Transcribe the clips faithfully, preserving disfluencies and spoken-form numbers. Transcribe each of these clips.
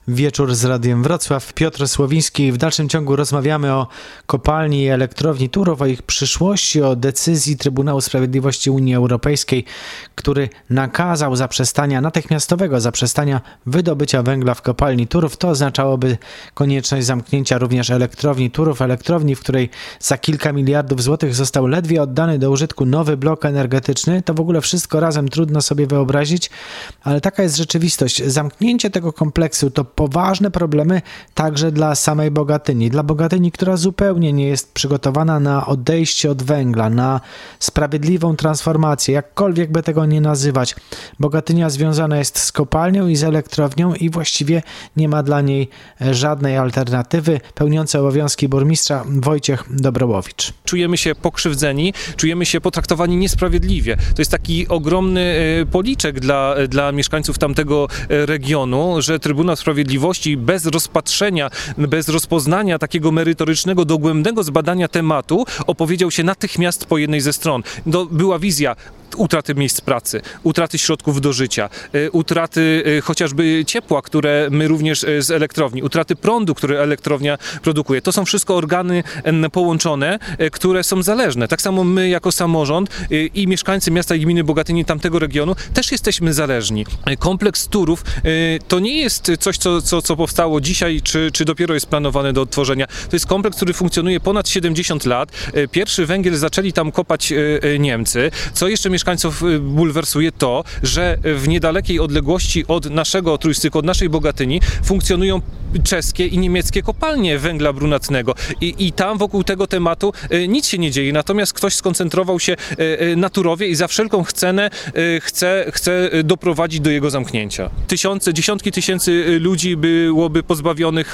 Wieczór z Radiem Wrocław. Piotr Słowiński. W dalszym ciągu rozmawiamy o kopalni i elektrowni Turów, o ich przyszłości, o decyzji Trybunału Sprawiedliwości Unii Europejskiej, który nakazał zaprzestania, natychmiastowego zaprzestania wydobycia węgla w kopalni Turów. To oznaczałoby konieczność zamknięcia również elektrowni Turów, elektrowni, w której za kilka miliardów złotych został ledwie oddany do użytku nowy blok energetyczny. To w ogóle wszystko razem trudno sobie wyobrazić, ale taka jest rzeczywistość. Zamknięcie tego kompleksu to poważne problemy także dla samej Bogatyni. Dla Bogatyni, która zupełnie nie jest przygotowana na odejście od węgla, na sprawiedliwą transformację, jakkolwiek by tego nie nazywać. Bogatynia związana jest z kopalnią i z elektrownią i właściwie nie ma dla niej żadnej alternatywy. Pełniący obowiązki burmistrza Wojciech Dobrołowicz. Czujemy się pokrzywdzeni, czujemy się potraktowani niesprawiedliwie. To jest taki ogromny policzek dla, dla mieszkańców tamtego regionu, że Trybunał Sprawiedliwości bez rozpatrzenia, bez rozpoznania takiego merytorycznego, dogłębnego zbadania tematu opowiedział się natychmiast po jednej ze stron. No, była wizja utraty miejsc pracy, utraty środków do życia, utraty chociażby ciepła, które my również z elektrowni, utraty prądu, który elektrownia produkuje. To są wszystko organy połączone, które są zależne. Tak samo my jako samorząd i mieszkańcy miasta i gminy Bogatyni tamtego regionu też jesteśmy zależni. Kompleks Turów to nie jest coś, co, co, co powstało dzisiaj, czy, czy dopiero jest planowane do odtworzenia. To jest kompleks, który funkcjonuje ponad siedemdziesiąt lat. Pierwszy węgiel zaczęli tam kopać Niemcy. Co jeszcze mieszkańców bulwersuje to, że w niedalekiej odległości od naszego Trójstyku, od naszej Bogatyni funkcjonują czeskie i niemieckie kopalnie węgla brunatnego. I, i tam wokół tego tematu nic się nie dzieje. Natomiast ktoś skoncentrował się na Turowie i za wszelką cenę chce, chce doprowadzić do jego zamknięcia. Tysiące, dziesiątki tysięcy ludzi byłoby pozbawionych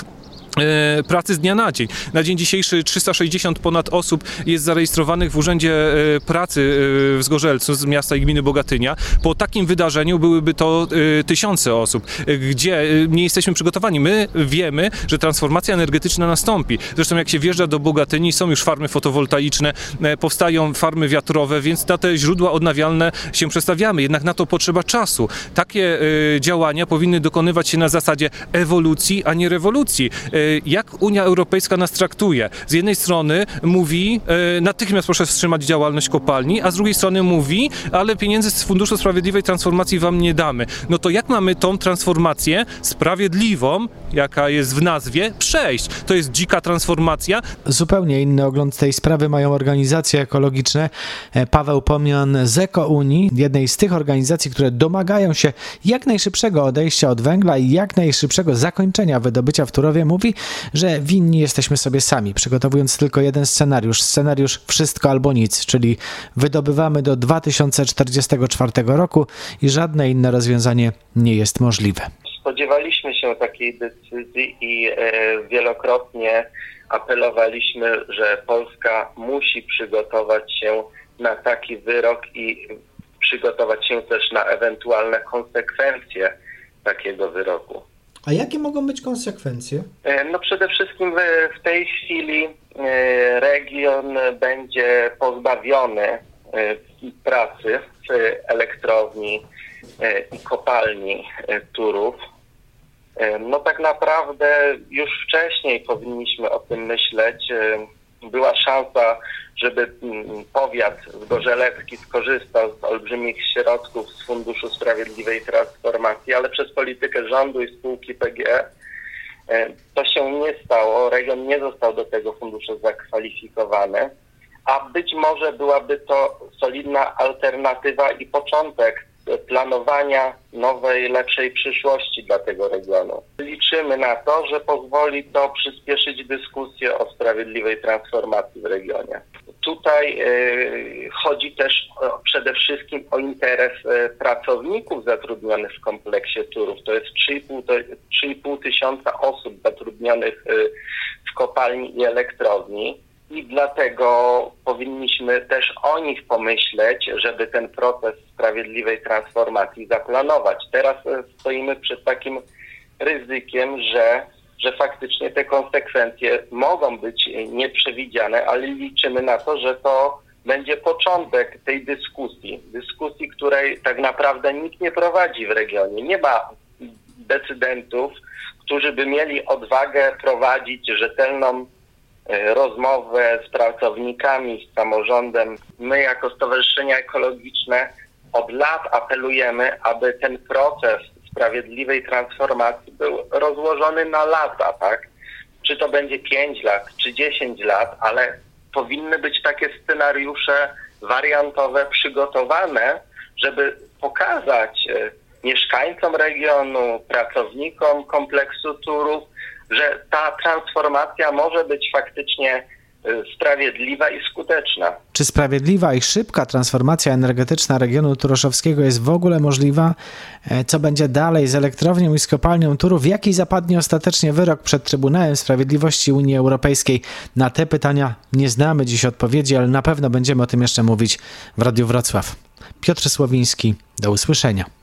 pracy z dnia na dzień. Na dzień dzisiejszy trzysta sześćdziesiąt ponad osób jest zarejestrowanych w Urzędzie Pracy w Zgorzelcu z miasta i gminy Bogatynia. Po takim wydarzeniu byłyby to tysiące osób, gdzie nie jesteśmy przygotowani. My wiemy, że transformacja energetyczna nastąpi. Zresztą jak się wjeżdża do Bogatyni, są już farmy fotowoltaiczne, powstają farmy wiatrowe, więc na te źródła odnawialne się przestawiamy. Jednak na to potrzeba czasu. Takie działania powinny dokonywać się na zasadzie ewolucji, a nie rewolucji. Jak Unia Europejska nas traktuje. Z jednej strony mówi, e, natychmiast proszę wstrzymać działalność kopalni, a z drugiej strony mówi, ale pieniędzy z Funduszu Sprawiedliwej Transformacji wam nie damy. No to jak mamy tą transformację sprawiedliwą, jaka jest w nazwie, przejść? To jest dzika transformacja. Zupełnie inny ogląd tej sprawy mają organizacje ekologiczne. Paweł Pomian z EkoUnii, jednej z tych organizacji, które domagają się jak najszybszego odejścia od węgla i jak najszybszego zakończenia wydobycia w Turowie, mówi, że winni jesteśmy sobie sami, przygotowując tylko jeden scenariusz. Scenariusz wszystko albo nic, czyli wydobywamy do dwa tysiące czterdziestego czwartego roku i żadne inne rozwiązanie nie jest możliwe. Spodziewaliśmy się takiej decyzji i e, wielokrotnie apelowaliśmy, że Polska musi przygotować się na taki wyrok i przygotować się też na ewentualne konsekwencje takiego wyroku. A jakie mogą być konsekwencje? No przede wszystkim w, w tej chwili region będzie pozbawiony pracy w elektrowni i kopalni Turów. No tak naprawdę już wcześniej powinniśmy o tym myśleć. Była szansa, żeby powiat zgorzelecki skorzystał z olbrzymich środków z Funduszu Sprawiedliwej Transformacji, ale przez politykę rządu i spółki P G E to się nie stało. Region nie został do tego funduszu zakwalifikowany, a być może byłaby to solidna alternatywa i początek planowania nowej, lepszej przyszłości dla tego regionu. Liczymy na to, że pozwoli to przyspieszyć dyskusję o sprawiedliwej transformacji w regionie. Tutaj y, chodzi też o, przede wszystkim o interes y, pracowników zatrudnionych w kompleksie Turów. To jest trzy i pół tysiąca osób zatrudnionych y, w kopalni i elektrowni. I dlatego powinniśmy też o nich pomyśleć, żeby ten proces sprawiedliwej transformacji zaplanować. Teraz stoimy przed takim ryzykiem, że, że faktycznie te konsekwencje mogą być nieprzewidziane, ale liczymy na to, że to będzie początek tej dyskusji. Dyskusji, której tak naprawdę nikt nie prowadzi w regionie. Nie ma decydentów, którzy by mieli odwagę prowadzić rzetelną rozmowę z pracownikami, z samorządem. My jako Stowarzyszenia Ekologiczne od lat apelujemy, aby ten proces sprawiedliwej transformacji był rozłożony na lata, tak? Czy to będzie pięć lat, czy dziesięć lat, ale powinny być takie scenariusze wariantowe przygotowane, żeby pokazać mieszkańcom regionu, pracownikom kompleksu Turów, że ta transformacja może być faktycznie sprawiedliwa i skuteczna. Czy sprawiedliwa i szybka transformacja energetyczna regionu turoszowskiego jest w ogóle możliwa? Co będzie dalej z elektrownią i z kopalnią Turów? Jaki zapadnie ostatecznie wyrok przed Trybunałem Sprawiedliwości Unii Europejskiej? Na te pytania nie znamy dziś odpowiedzi, ale na pewno będziemy o tym jeszcze mówić w Radiu Wrocław. Piotr Słowiński, do usłyszenia.